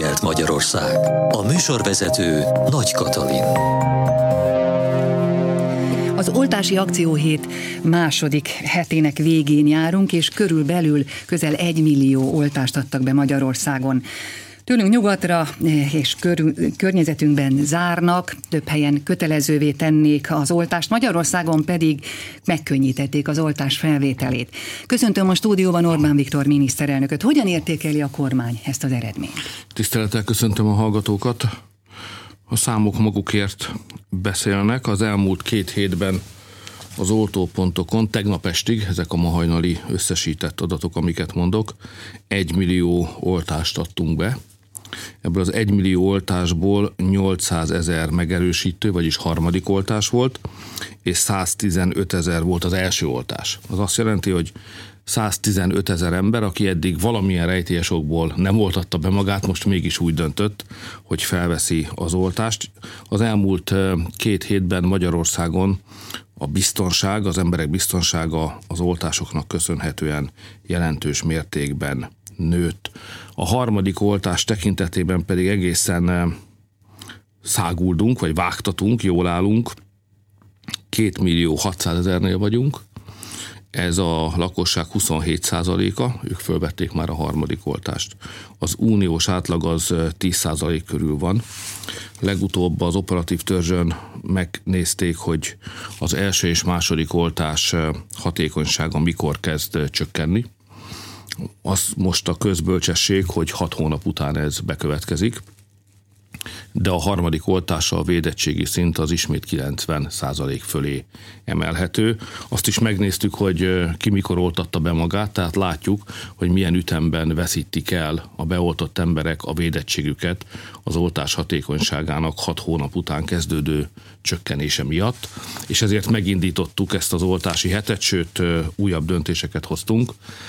figyelt Magyarország. A műsorvezető Nagy Katalin. Az oltási akcióhét második hetének végén járunk, és körülbelül közel 1 millió oltást adtak be Magyarországon. Tőlünk nyugatra és környezetünkben zárnak, több helyen kötelezővé tennék az oltást, Magyarországon pedig megkönnyítették az oltás felvételét. Köszöntöm a stúdióban Orbán Viktor miniszterelnököt. Hogyan értékeli a kormány ezt az eredményt? Tisztelettel köszöntöm a hallgatókat. A számok magukért beszélnek. Az elmúlt 2 hétben az oltópontokon, tegnap estig, ezek a ma hajnali összesített adatok, amiket mondok, 1 millió oltást adtunk be. Ebből az 1 millió oltásból 800 000 megerősítő, vagyis harmadik oltás volt, és 115 000 volt az első oltás. Az azt jelenti, hogy 115 000 ember, aki eddig valamilyen rejtélyes okból nem oltatta be magát, most mégis úgy döntött, hogy felveszi az oltást. Az elmúlt 2 hétben Magyarországon a biztonság, az emberek biztonsága az oltásoknak köszönhetően jelentős mértékben nőtt. A harmadik oltás tekintetében pedig egészen száguldunk, vagy vágtatunk, jól állunk. 2 600 000-nél vagyunk. Ez a lakosság 27%-a, ők fölvették már a harmadik oltást. Az uniós átlag az 10% körül van. Legutóbb az operatív törzsön megnézték, hogy az első és második oltás hatékonysága mikor kezd csökkenni. Az most a közbölcsesség, hogy 6 hónap után ez bekövetkezik, de a harmadik oltással a védettségi szint az ismét 90% fölé emelhető. Azt is megnéztük, hogy ki mikor oltatta be magát, tehát látjuk, hogy milyen ütemben veszítik el a beoltott emberek a védettségüket az oltás hatékonyságának 6 hónap után kezdődő csökkenése miatt, és ezért megindítottuk ezt az oltási hetet, sőt újabb döntéseket hoztunk.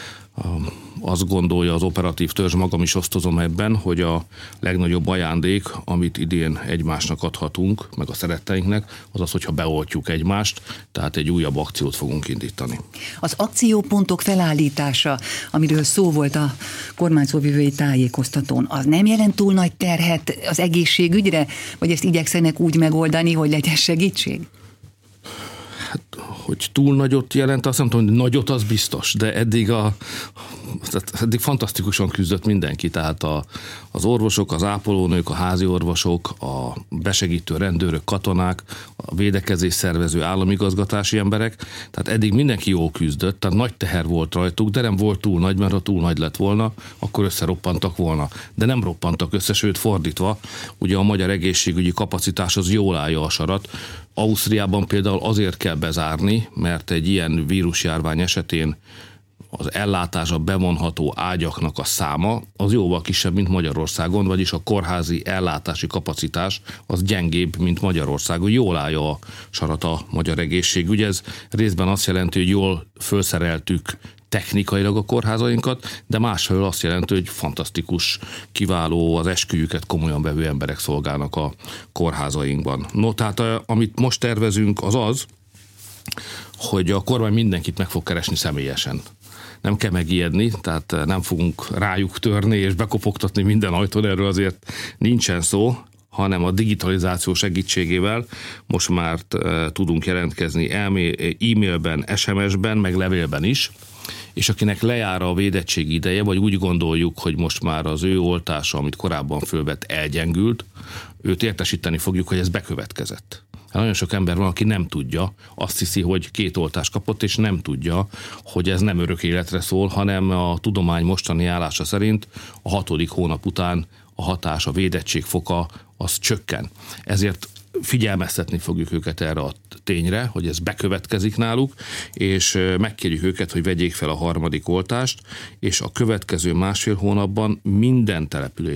Azt gondolja az operatív törzs, magam is osztozom ebben, hogy a legnagyobb ajándék, amit idén egymásnak adhatunk, meg a szeretteinknek, az az, hogyha beoltjuk egymást, tehát egy újabb akciót fogunk indítani. Az akciópontok felállítása, amiről szó volt a kormányzóvivői tájékoztatón, az nem jelent túl nagy terhet az egészségügyre, vagy ezt igyekszenek úgy megoldani, hogy legyen segítség? Hogy túl nagyot jelent, azt nem tudom, hogy nagyot az biztos, de eddig fantasztikusan küzdött mindenki, tehát az orvosok, az ápolónők, a házi orvosok, a besegítő rendőrök, katonák, a védekezés szervező államigazgatási emberek, tehát eddig mindenki jól küzdött, tehát nagy teher volt rajtuk, de nem volt túl nagy, mert ha túl nagy lett volna, akkor összeroppantak volna. De nem roppantak össze, sőt fordítva, ugye a magyar egészségügyi kapacitás az jól állja a sarat. Ausztriában például azért kell bezárni, mert egy ilyen vírusjárvány esetén az ellátásra bevonható ágyaknak a száma az jóval kisebb, mint Magyarországon, vagyis a kórházi ellátási kapacitás az gyengébb, mint Magyarországon. Jól állja a sarat a magyar egészségügy. Ez részben azt jelenti, hogy jól felszereltük technikailag a kórházainkat, de másfelől azt jelenti, hogy fantasztikus, kiváló, az esküjüket komolyan vevő emberek szolgálnak a kórházainkban. No, tehát amit most tervezünk az, hogy a kormány mindenkit meg fog keresni személyesen. Nem kell megijedni, tehát nem fogunk rájuk törni és bekopogtatni minden ajtón, erről azért nincsen szó, hanem a digitalizáció segítségével most már tudunk jelentkezni e-mailben, SMS-ben, meg levélben is, és akinek lejár a védettségi ideje, vagy úgy gondoljuk, hogy most már az ő oltása, amit korábban fölvett, elgyengült, őt értesíteni fogjuk, hogy ez bekövetkezett. Nagyon sok ember van, aki nem tudja, azt hiszi, hogy 2 oltást kapott, és nem tudja, hogy ez nem örök életre szól, hanem a tudomány mostani állása szerint a 6. hónap után a hatás, a védettség foka az csökken. Ezért figyelmeztetni fogjuk őket erre a tényre, hogy ez bekövetkezik náluk, és megkérjük őket, hogy vegyék fel a harmadik oltást, és a következő 1,5 hónapban minden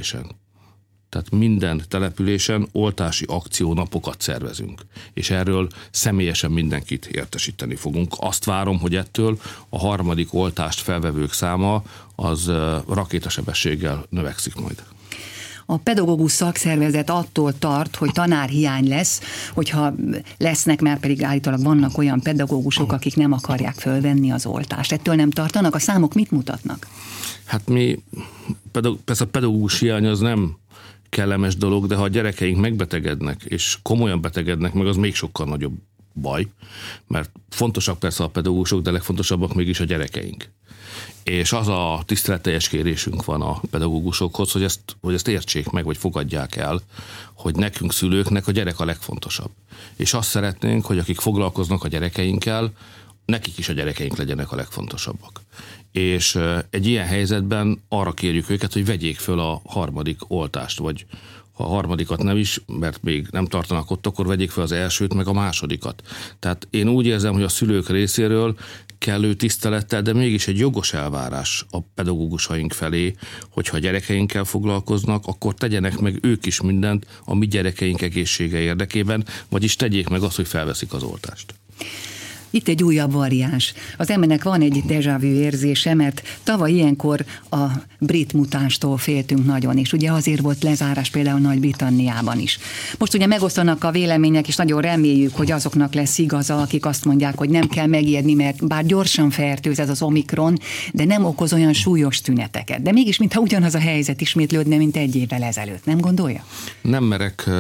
településen oltási akciónapokat szervezünk. És erről személyesen mindenkit értesíteni fogunk. Azt várom, hogy ettől a harmadik oltást felvevők száma az rakétasebességgel növekszik majd. A pedagógus szakszervezet attól tart, hogy tanárhiány lesz, hogyha lesznek, mert pedig állítólag vannak olyan pedagógusok, akik nem akarják fölvenni az oltást. Ettől nem tartanak? A számok mit mutatnak? Hát persze a pedagógus hiány az nem kellemes dolog, de ha a gyerekeink megbetegednek, és komolyan betegednek meg, az még sokkal nagyobb baj, mert fontosak persze a pedagógusok, de legfontosabbak mégis a gyerekeink. És az a tiszteletteljes kérésünk van a pedagógusokhoz, hogy ezt értsék meg, vagy fogadják el, hogy nekünk szülőknek a gyerek a legfontosabb. És azt szeretnénk, hogy akik foglalkoznak a gyerekeinkkel, nekik is a gyerekeink legyenek a legfontosabbak. És egy ilyen helyzetben arra kérjük őket, hogy vegyék föl a harmadik oltást, vagy ha a harmadikat nem is, mert még nem tartanak ott, akkor vegyék fel az elsőt, meg a másodikat. Tehát én úgy érzem, hogy a szülők részéről kellő tisztelettel, de mégis egy jogos elvárás a pedagógusaink felé, hogyha a gyerekeinkkel foglalkoznak, akkor tegyenek meg ők is mindent a mi gyerekeink egészsége érdekében, vagyis tegyék meg azt, hogy felveszik az oltást. Itt egy újabb variáns. Az embernek van egy déjà vu érzése, mert tavaly ilyenkor a brit mutánstól féltünk nagyon, és ugye azért volt lezárás például Nagy-Britanniában is. Most ugye megosztanak a vélemények, és nagyon reméljük, hogy azoknak lesz igaza, akik azt mondják, hogy nem kell megijedni, mert bár gyorsan fertőz ez az Omikron, de nem okoz olyan súlyos tüneteket. De mégis, mintha ugyanaz a helyzet ismétlődne, mint egy évvel ezelőtt. Nem gondolja? Nem merek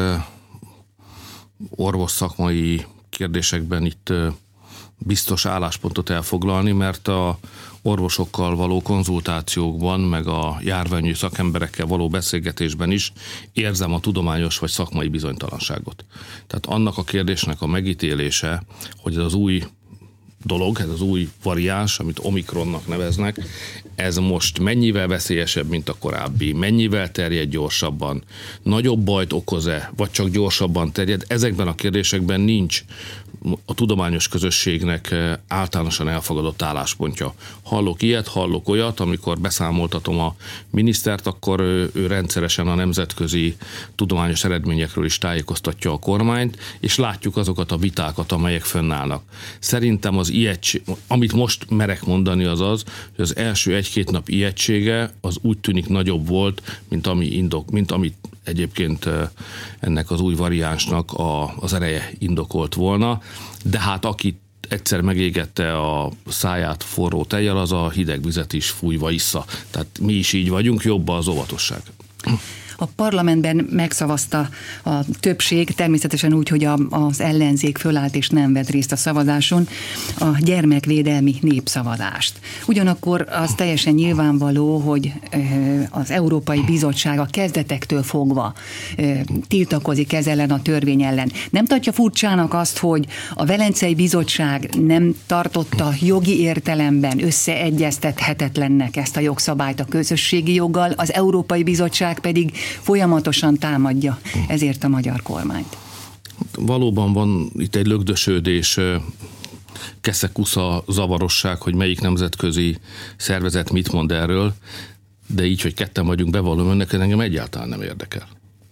orvosszakmai kérdésekben itt biztos álláspontot elfoglalni, mert a orvosokkal való konzultációkban, meg a járványügyi szakemberekkel való beszélgetésben is érzem a tudományos vagy szakmai bizonytalanságot. Tehát annak a kérdésnek a megítélése, hogy ez az új dolog, ez az új variáns, amit Omikronnak neveznek, ez most mennyivel veszélyesebb, mint a korábbi, mennyivel terjed gyorsabban, nagyobb bajt okoz-e, vagy csak gyorsabban terjed, ezekben a kérdésekben nincs a tudományos közösségnek általánosan elfogadott álláspontja. Hallok ilyet, hallok olyat, amikor beszámoltatom a minisztert, akkor ő rendszeresen a nemzetközi tudományos eredményekről is tájékoztatja a kormányt, és látjuk azokat a vitákat, amelyek fönnállnak. Szerintem az ijegység, amit most merek mondani, az az, hogy az első egy-két nap ijegysége az úgy tűnik nagyobb volt, mint amit egyébként ennek az új variánsnak az ereje indokolt volna, de hát aki egyszer megégette a száját forró tejjel, az a hideg vizet is fújva issza. Tehát mi is így vagyunk, jobb az óvatosság. A parlamentben megszavazta a többség, természetesen úgy, hogy az ellenzék fölállt és nem vett részt a szavazáson, a gyermekvédelmi népszavazást. Ugyanakkor az teljesen nyilvánvaló, hogy az Európai Bizottság a kezdetektől fogva tiltakozik ez ellen a törvény ellen. Nem tartja furcsának azt, hogy a Velencei Bizottság nem tartotta jogi értelemben összeegyeztethetetlennek ezt a jogszabályt a közösségi joggal, az Európai Bizottság pedig folyamatosan támadja ezért a magyar kormányt. Valóban van itt egy lögdösödés, keszekusza zavarosság, hogy melyik nemzetközi szervezet mit mond erről, de így, hogy ketten vagyunk, bevallom önnek, engem egyáltalán nem érdekel.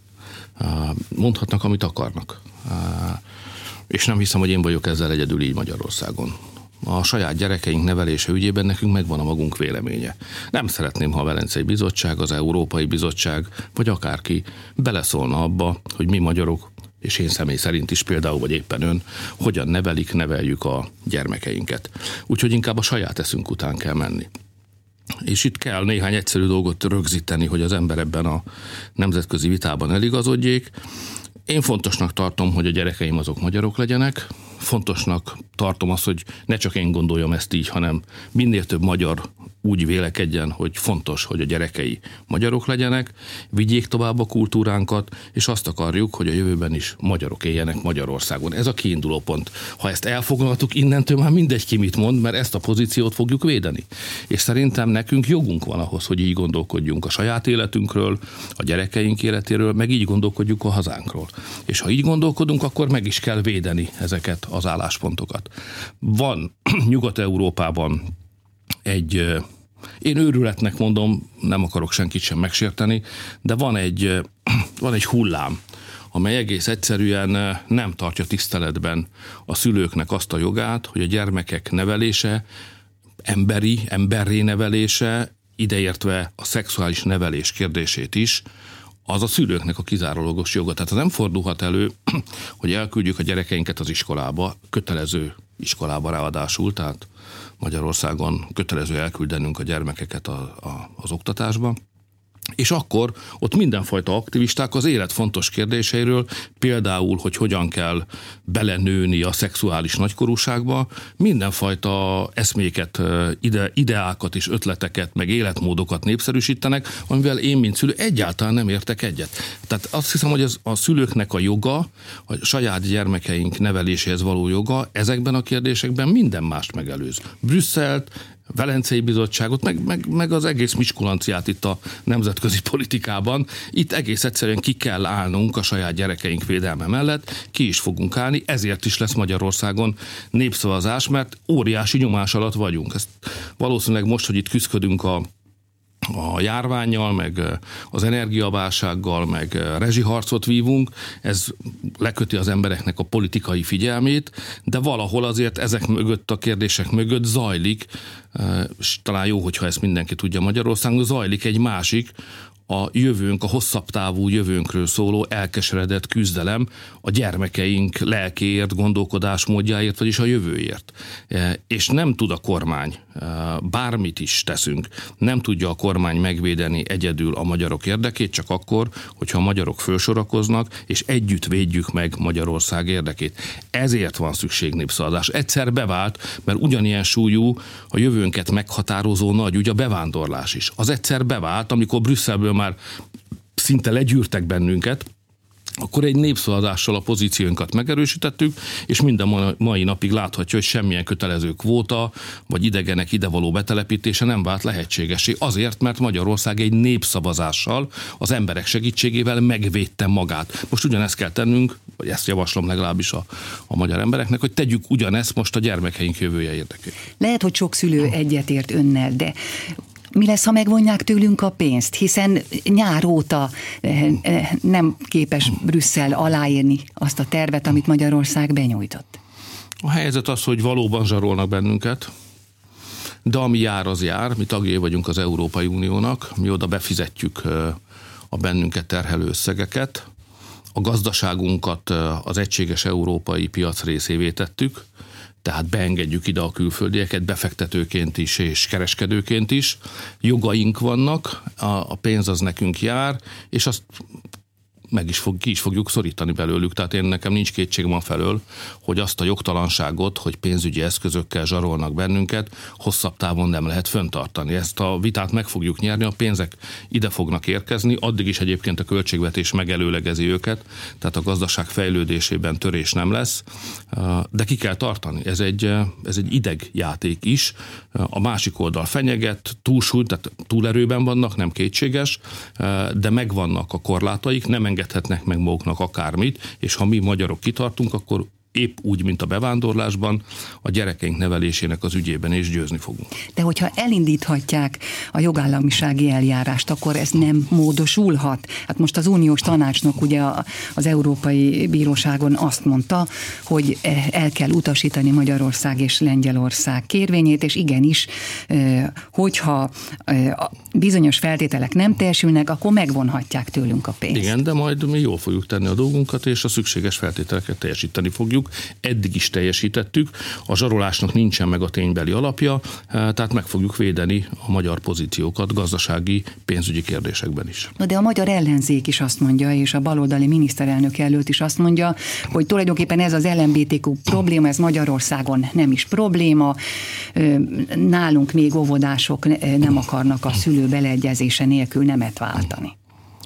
Mondhatnak, amit akarnak. És nem hiszem, hogy én vagyok ezzel egyedül így Magyarországon. A saját gyerekeink nevelése ügyében nekünk megvan a magunk véleménye. Nem szeretném, ha a Velencei Bizottság, az Európai Bizottság, vagy akárki beleszólna abba, hogy mi magyarok, és én személy szerint is például, vagy éppen ön, hogyan neveljük a gyermekeinket. Úgyhogy inkább a saját eszünk után kell menni. És itt kell néhány egyszerű dolgot rögzíteni, hogy az ember ebben a nemzetközi vitában eligazodjék. Én fontosnak tartom, hogy a gyerekeim azok magyarok legyenek, fontosnak tartom azt, hogy ne csak én gondoljam ezt így, hanem minél több magyar úgy vélekedjen, hogy fontos, hogy a gyerekei magyarok legyenek, vigyék tovább a kultúránkat, és azt akarjuk, hogy a jövőben is magyarok éljenek Magyarországon. Ez a kiinduló pont. Ha ezt elfoglaltuk, innentől már mindegy ki mit mond, mert ezt a pozíciót fogjuk védeni. És szerintem nekünk jogunk van ahhoz, hogy így gondolkodjunk a saját életünkről, a gyerekeink életéről, meg így gondolkodjuk a hazánkról. És ha így gondolkodunk, akkor meg is kell védeni ezeket az álláspontokat. Van Nyugat-Európában én őrületnek mondom, nem akarok senkit sem megsérteni, de van egy hullám, amely egész egyszerűen nem tartja tiszteletben a szülőknek azt a jogát, hogy a gyermekek nevelése, emberré nevelése, ideértve a szexuális nevelés kérdését is, az a szülőknek a kizárólagos joga. Tehát nem fordulhat elő, hogy elküldjük a gyerekeinket az iskolába, kötelező iskolába ráadásul, tehát Magyarországon kötelező elküldenünk a gyermekeket az oktatásba, És akkor ott mindenfajta aktivisták az élet fontos kérdéseiről, például, hogy hogyan kell belenőni a szexuális nagykorúságba, mindenfajta eszméket, ideákat és ötleteket, meg életmódokat népszerűsítenek, amivel én, mint szülő, egyáltalán nem értek egyet. Tehát azt hiszem, hogy ez a szülőknek a joga, a saját gyermekeink neveléséhez való joga, ezekben a kérdésekben minden mást megelőz. Brüsszelt, Velencei Bizottságot, meg az egész Miskolciát itt a nemzetközi politikában. Itt egész egyszerűen ki kell állnunk a saját gyerekeink védelme mellett, ki is fogunk állni, ezért is lesz Magyarországon népszavazás, mert óriási nyomás alatt vagyunk. Ezt valószínűleg most, hogy itt küzdködünk a járvánnyal, meg az energiaválsággal, meg rezsiharcot vívunk, ez leköti az embereknek a politikai figyelmét, de valahol azért ezek mögött, a kérdések mögött zajlik, és talán jó, hogyha ezt mindenki tudja Magyarországon, zajlik egy másik, a jövőnk, a hosszabb távú jövőnkről szóló elkeseredett küzdelem a gyermekeink lelkéért, gondolkodásmódjáért, vagyis a jövőért. És nem tud a kormány, bármit is teszünk, nem tudja a kormány megvédeni egyedül a magyarok érdekét, csak akkor, hogyha a magyarok fölsorakoznak, és együtt védjük meg Magyarország érdekét. Ezért van szükség népszavazás. Egyszer bevált, mert ugyanilyen súlyú, a jövőnket meghatározó nagy ügy a bevándorlás is. Az egyszer bevált, amikor Brüsszelből már szinte legyűrtek bennünket, akkor egy népszavazással a pozíciónkat megerősítettük, és minden mai napig láthatja, hogy semmilyen kötelező kvóta, vagy idegenek idevaló betelepítése nem vált lehetségessé. Azért, mert Magyarország egy népszavazással, az emberek segítségével megvédte magát. Most ugyanezt kell tennünk, vagy ezt javaslom legalábbis a magyar embereknek, hogy tegyük ugyanezt most a gyermekeink jövője érdekében. Lehet, hogy sok szülő egyetért önnel, de mi lesz, ha megvonják tőlünk a pénzt? Hiszen nyár óta nem képes Brüsszel aláírni azt a tervet, amit Magyarország benyújtott. A helyzet az, hogy valóban zsarolnak bennünket, de ami jár, az jár. Mi tagjai vagyunk az Európai Uniónak, mi oda befizetjük a bennünket terhelő összegeket. A gazdaságunkat az egységes európai piac részévé tettük, tehát beengedjük ide a külföldieket, befektetőként is és kereskedőként is. Jogaink vannak, a pénz az nekünk jár, és azt ki is fogjuk szorítani belőlük. Tehát nekem nincs kétségem afelől, hogy azt a jogtalanságot, hogy pénzügyi eszközökkel zsarolnak bennünket, hosszabb távon nem lehet fenntartani. Ezt a vitát meg fogjuk nyerni, a pénzek ide fognak érkezni, addig is egyébként a költségvetés megelőlegezi őket, tehát a gazdaság fejlődésében törés nem lesz, de ki kell tartani. Ez egy idegjáték is. A másik oldal fenyeget, túlsúlyt, tehát túlerőben vannak, nem kétséges, de megvannak a korlátaik, nem engedhetnek meg maguknak akármit, és ha mi magyarok kitartunk, akkor épp úgy, mint a bevándorlásban, a gyerekeink nevelésének az ügyében is győzni fogunk. De hogyha elindíthatják a jogállamisági eljárást, akkor ez nem módosulhat? Hát most az uniós tanácsnok ugye az Európai Bíróságon azt mondta, hogy el kell utasítani Magyarország és Lengyelország kérvényét, és igenis, hogyha bizonyos feltételek nem teljesülnek, akkor megvonhatják tőlünk a pénzt. Igen, de majd mi jól fogjuk tenni a dolgunkat, és a szükséges feltételeket teljesíteni fogjuk. Eddig is teljesítettük, a zsarolásnak nincsen meg a ténybeli alapja, tehát meg fogjuk védeni a magyar pozíciókat gazdasági, pénzügyi kérdésekben is. De a magyar ellenzék is azt mondja, és a baloldali miniszterelnök jelölt is azt mondja, hogy tulajdonképpen ez az LMBTQ probléma, ez Magyarországon nem is probléma, nálunk még óvodások nem akarnak a szülő beleegyezése nélkül nemet váltani.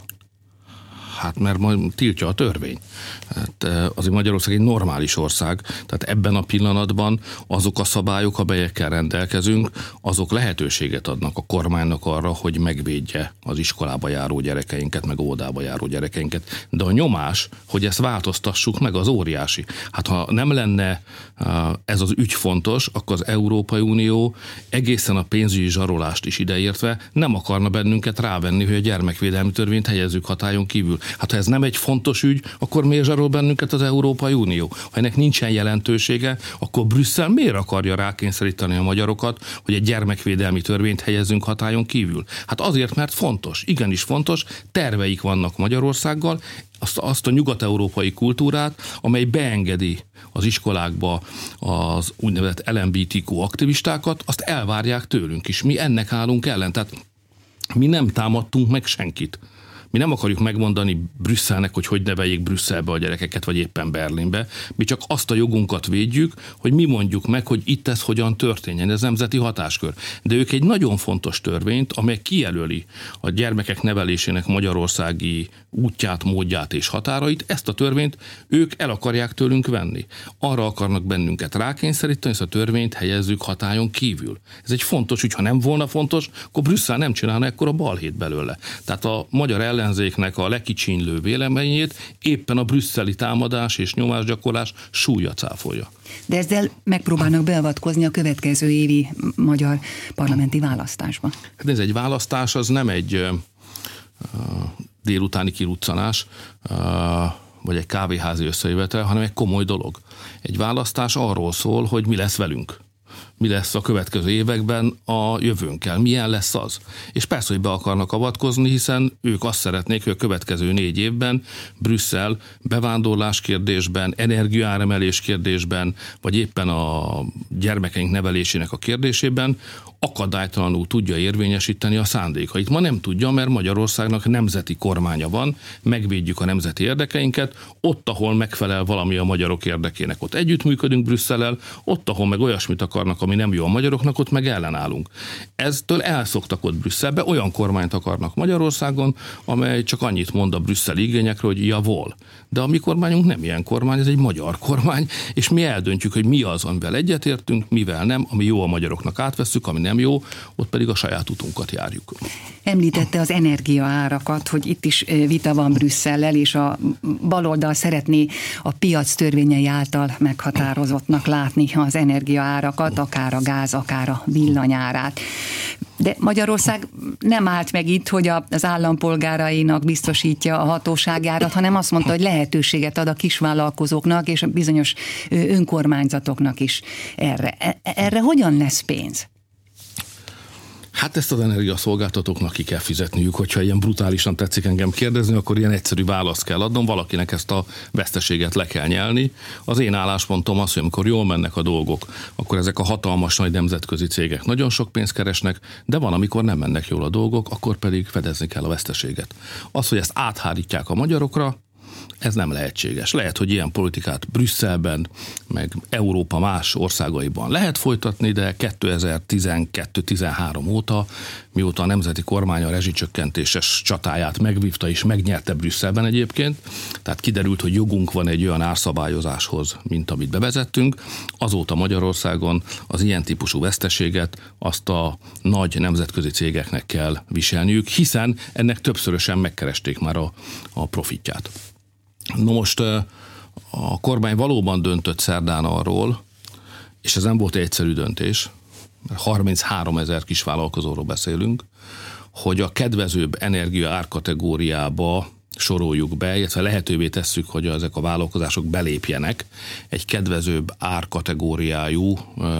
Hát mert majd tiltja a törvény. Hát azért Magyarország egy normális ország, tehát ebben a pillanatban azok a szabályok, amelyekkel rendelkezünk, azok lehetőséget adnak a kormánynak arra, hogy megvédje az iskolába járó gyerekeinket, meg óvodába járó gyerekeinket. De a nyomás, hogy ezt változtassuk meg, az óriási. Hát ha nem lenne ez az ügy fontos, akkor az Európai Unió egészen a pénzügyi zsarolást is ideértve nem akarna bennünket rávenni, hogy a gyermekvédelmi törvényt helyezzük hatályon kívül. Hát ha ez nem egy fontos ügy, akkor miért zsarol bennünket az Európai Unió? Ha ennek nincsen jelentősége, akkor Brüsszel miért akarja rákényszeríteni a magyarokat, hogy egy gyermekvédelmi törvényt helyezzünk hatályon kívül? Hát azért, mert fontos, igenis fontos, terveik vannak Magyarországgal, azt a nyugat-európai kultúrát, amely beengedi az iskolákba az úgynevezett LMBTQ aktivistákat, azt elvárják tőlünk is. Mi ennek állunk ellen. Tehát Mi nem támadtunk meg senkit. Mi nem akarjuk megmondani Brüsszelnek, hogy neveljék Brüsszelbe a gyerekeket, vagy éppen Berlinbe. Mi csak azt a jogunkat védjük, hogy mi mondjuk meg, hogy itt ez hogyan történjen. Ez nemzeti hatáskör. De ők egy nagyon fontos törvényt, amely kijelöli a gyermekek nevelésének magyarországi útját, módját és határait, ezt a törvényt ők el akarják tőlünk venni. Arra akarnak bennünket rákényszeríteni, ezt a törvényt helyezzük hatályon kívül. Ez egy fontos ügy, ha nem volna fontos, akkor Brüsszel nem csinálna ekkora balhét belőle. Tehát a magyar ellenzéknek a lekicsinylő véleményét éppen a brüsszeli támadás és nyomásgyakorlás súlya cáfolja. De ezzel megpróbálnak beavatkozni a következő évi magyar parlamenti választásba. Hát ez egy választás, az nem egy délutáni kiruccanás, vagy egy kávéházi összejövetel, hanem egy komoly dolog. Egy választás arról szól, hogy mi lesz velünk. Mi lesz a következő években a jövőnkkel, milyen lesz az. És persze, hogy be akarnak avatkozni, hiszen ők azt szeretnék, hogy a következő 4 évben Brüsszel bevándorlás kérdésben, energiaáremelés kérdésben, vagy éppen a gyermekeink nevelésének a kérdésében akadálytalanul tudja érvényesíteni a szándékait. Ma nem tudja, mert Magyarországnak nemzeti kormánya van, megvédjük a nemzeti érdekeinket, ott, ahol megfelel valami a magyarok érdekének, ott együttműködünk Brüsszellel, ott, ahol meg olyasmit akarnak, ami nem jó a magyaroknak, ott meg ellenállunk. Eztől elszoktak ott Brüsszelbe, olyan kormányt akarnak Magyarországon, amely csak annyit mond a brüsszeli igényekről, hogy javol. De a mi kormányunk nem ilyen kormány, ez egy magyar kormány, és mi eldöntjük, hogy mi az, amivel egyetértünk, mivel nem, ami jó a magyaroknak átvesszük, ami nem jó, ott pedig a saját utunkat járjuk. Említette az energiaárakat, hogy itt is vita van Brüsszellel, és a baloldal szeretné a piac törvényei által meghatározottnak látni az energiaárakat, akár a gáz, akár a villanyárát. De Magyarország nem állt meg itt, hogy az állampolgárainak biztosítja a hatóságárat, hanem azt mondta, hogy lehetőséget ad a kisvállalkozóknak és a bizonyos önkormányzatoknak is erre. Erre hogyan lesz pénz? Hát ezt az energiaszolgáltatóknak ki kell fizetniük, hogyha ilyen brutálisan tetszik engem kérdezni, akkor ilyen egyszerű választ kell adnom, valakinek ezt a veszteséget le kell nyelni. Az én álláspontom az, hogy amikor jól mennek a dolgok, akkor ezek a hatalmas nagy nemzetközi cégek nagyon sok pénzt keresnek, de van, amikor nem mennek jól a dolgok, akkor pedig fedezni kell a veszteséget. Az, hogy ezt áthárítják a magyarokra, ez nem lehetséges. Lehet, hogy ilyen politikát Brüsszelben, meg Európa más országaiban lehet folytatni, de 2012-13 óta, mióta a nemzeti kormány a rezsicsökkentéses csatáját megvívta és megnyerte Brüsszelben egyébként, tehát kiderült, hogy jogunk van egy olyan árszabályozáshoz, mint amit bevezettünk, azóta Magyarországon az ilyen típusú veszteséget azt a nagy nemzetközi cégeknek kell viselniük, hiszen ennek többszörösen megkeresték már a profitját. No most a kormány valóban döntött szerdán arról, és ez nem volt egy egyszerű döntés, 33 000 kisvállalkozóról beszélünk, hogy a kedvezőbb energia árkategóriába soroljuk be, illetve lehetővé tesszük, hogy ezek a vállalkozások belépjenek egy kedvezőbb árkategóriájú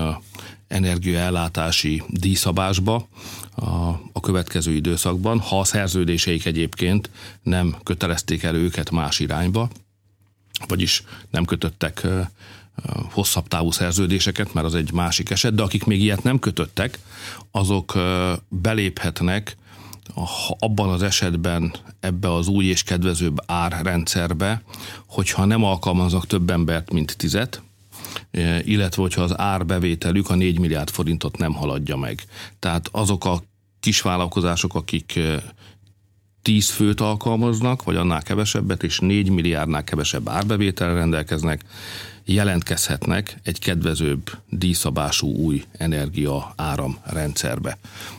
energiaellátási díjszabásba a következő időszakban, ha a szerződéseik egyébként nem kötelezték el őket más irányba, vagyis nem kötöttek hosszabb távú szerződéseket, mert az egy másik eset, de akik még ilyet nem kötöttek, azok beléphetnek abban az esetben ebbe az új és kedvezőbb árrendszerbe, hogyha nem alkalmaznak több embert, mint 10, illetve hogyha az árbevételük a 4 milliárd forintot nem haladja meg. Tehát azok a kisvállalkozások, akik 10 főt alkalmaznak, vagy annál kevesebbet, és 4 milliárdnál kevesebb árbevételre rendelkeznek, jelentkezhetnek egy kedvezőbb díjszabású új energia áramrendszerbe.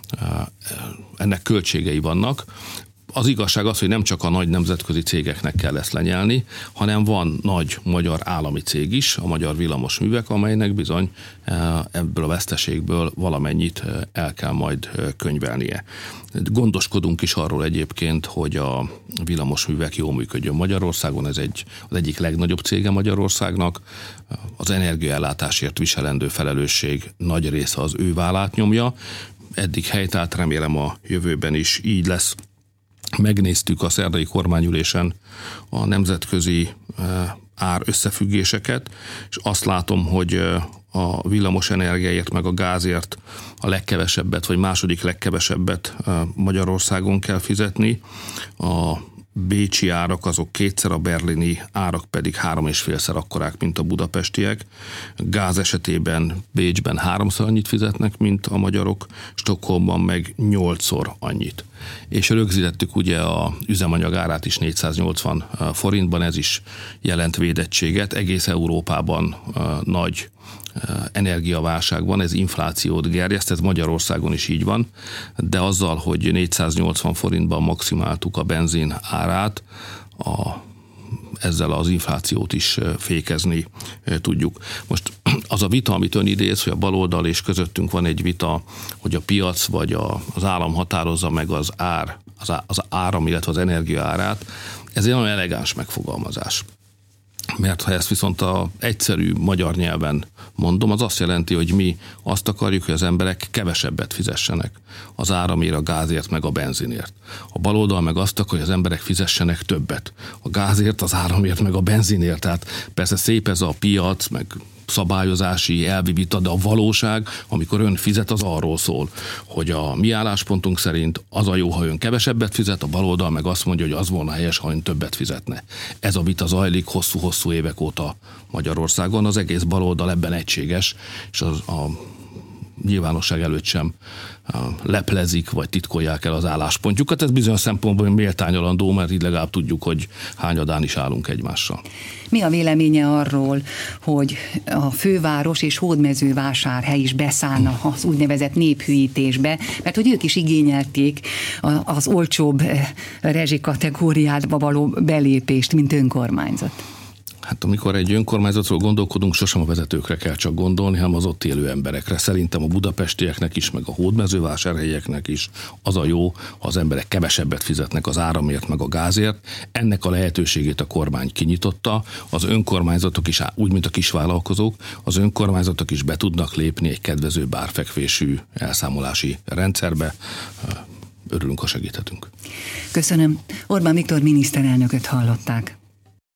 Ennek költségei vannak. Az igazság az, hogy nem csak a nagy nemzetközi cégeknek kell ezt lenyelni, hanem van nagy magyar állami cég is, a Magyar Villamosművek, amelynek bizony ebből a veszteségből valamennyit el kell majd könyvelnie. Gondoskodunk is arról egyébként, hogy a villamosművek jól működjön Magyarországon, ez az egyik legnagyobb cége Magyarországnak, az energiaellátásért viselendő felelősség nagy része az ő vállát nyomja, eddig helytált, remélem a jövőben is így lesz. Megnéztük a szerdai kormányülésen a nemzetközi ár összefüggéseket, és azt látom, hogy a villamos energiáért meg a gázért a legkevesebbet, vagy második legkevesebbet Magyarországon kell fizetni. A bécsi árak azok kétszer, a berlini árak pedig 3,5-szer akkorák, mint a budapestiek. Gáz esetében Bécsben 3-szor annyit fizetnek, mint a magyarok, Stockholmban meg 8-szor annyit. És rögzítettük ugye a üzemanyag árát is 480 forintban, ez is jelent védettséget. Egész Európában nagy energiaválság van, ez inflációt gerjeszt, ez Magyarországon is így van, de azzal, hogy 480 forintban maximáltuk a benzin árát, ezzel az inflációt is fékezni tudjuk. Most az a vita, amit ön idéz, hogy a baloldal és közöttünk van egy vita, hogy a piac vagy az állam határozza meg az áram, illetve az energia árát, ez egy nagyon elegáns megfogalmazás. Mert ha ezt viszont a egyszerű magyar nyelven mondom, az azt jelenti, hogy mi azt akarjuk, hogy az emberek kevesebbet fizessenek az áramért, a gázért, meg a benzinért. A baloldal meg azt akar, hogy az emberek fizessenek többet a gázért, az áramért, meg a benzinért. Tehát persze szép ez a piac, meg szabályozási elvi vita, de a valóság, amikor ön fizet, az arról szól, hogy a mi álláspontunk szerint az a jó, ha ön kevesebbet fizet, a baloldal meg azt mondja, hogy az volna helyes, ha ön többet fizetne. Ez a vita zajlik hosszú-hosszú évek óta Magyarországon, az egész baloldal ebben egységes, és a nyilvánosság előtt sem leplezik, vagy titkolják el az álláspontjukat. Ez bizonyos szempontból méltányolandó, mert így legalább tudjuk, hogy hányadán is állunk egymással. Mi a véleménye arról, hogy a főváros és Hódmezővásárhely is beszállna az úgynevezett néphűítésbe, mert hogy ők is igényelték az olcsóbb rezsikategóriába való belépést, mint önkormányzat? Hát amikor egy önkormányzatról gondolkodunk, sosem a vezetőkre kell csak gondolni, hanem az ott élő emberekre. Szerintem a budapestieknek is, meg a hódmezővásárhelyeknek is az a jó, ha az emberek kevesebbet fizetnek az áramért, meg a gázért. Ennek a lehetőségét a kormány kinyitotta. Az önkormányzatok is, úgy, mint a kisvállalkozók, az önkormányzatok is be tudnak lépni egy kedvezőbb árfekvésű elszámolási rendszerbe. Örülünk, ha segíthetünk. Köszönöm. Orbán Viktor miniszterelnököt hallották.